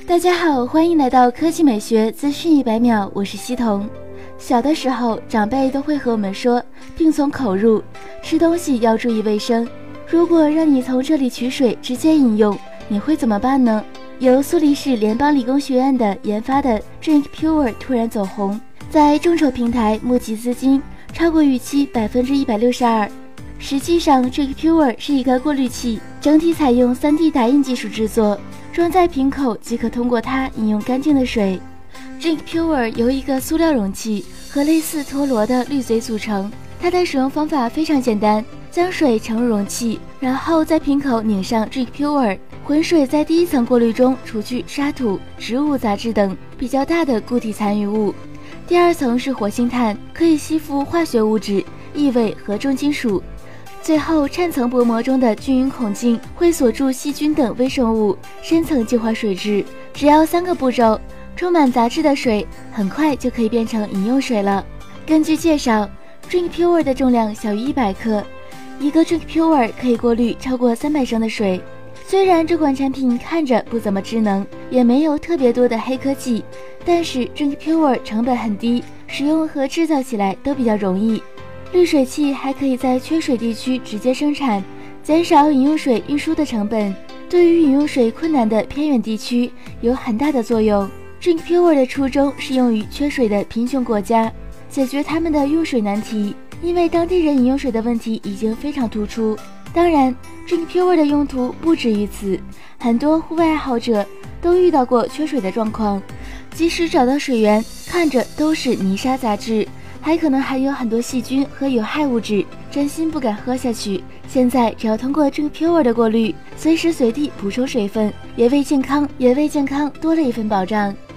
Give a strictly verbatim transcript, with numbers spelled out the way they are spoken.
大家好，欢迎来到科技美学资讯一百秒，我是西彤。小的时候，长辈都会和我们说，病从口入，吃东西要注意卫生。如果让你从这里取水直接饮用，你会怎么办呢？由苏黎世联邦理工学院的研发的 Drink Pure 突然走红，在众筹平台募集资金超过预期百分之一百六十二。实际上 ，Drink Pure 是一个过滤器，整体采用 三 D 打印技术制作，装在瓶口即可通过它饮用干净的水。Drink Pure 由一个塑料容器和类似陀螺的滤嘴组成，它的使用方法非常简单，将水盛入容器，然后在瓶口拧上 Drink Pure， 混水在第一层过滤中除去沙土、植物杂质等比较大的固体残余物。第二层是活性炭，可以吸附化学物质、异味和重金属。最后，颤层薄膜中的均匀孔径会锁住细菌等微生物，深层净化水质。只要三个步骤，充满杂质的水很快就可以变成饮用水了。根据介绍 ，Drink Pure 的重量小于一百克，一个 Drink Pure 可以过滤超过三百升的水。虽然这款产品看着不怎么智能，也没有特别多的黑科技，但是 Drink Pure 成本很低，使用和制造起来都比较容易。滤水器还可以在缺水地区直接生产，减少饮用水运输的成本，对于饮用水困难的偏远地区有很大的作用。Drink Pure 的初衷是用于缺水的贫穷国家，解决他们的用水难题，因为当地人饮用水的问题已经非常突出。当然 Drink Pure 的用途不止于此，很多户外爱好者都遇到过缺水的状况，即使找到水源，看着都是泥沙杂质，还可能含有很多细菌和有害物质，真心不敢喝下去。现在只要通过 Drink Pure 的过滤，随时随地补充水分，也为健康也为健康多了一份保障。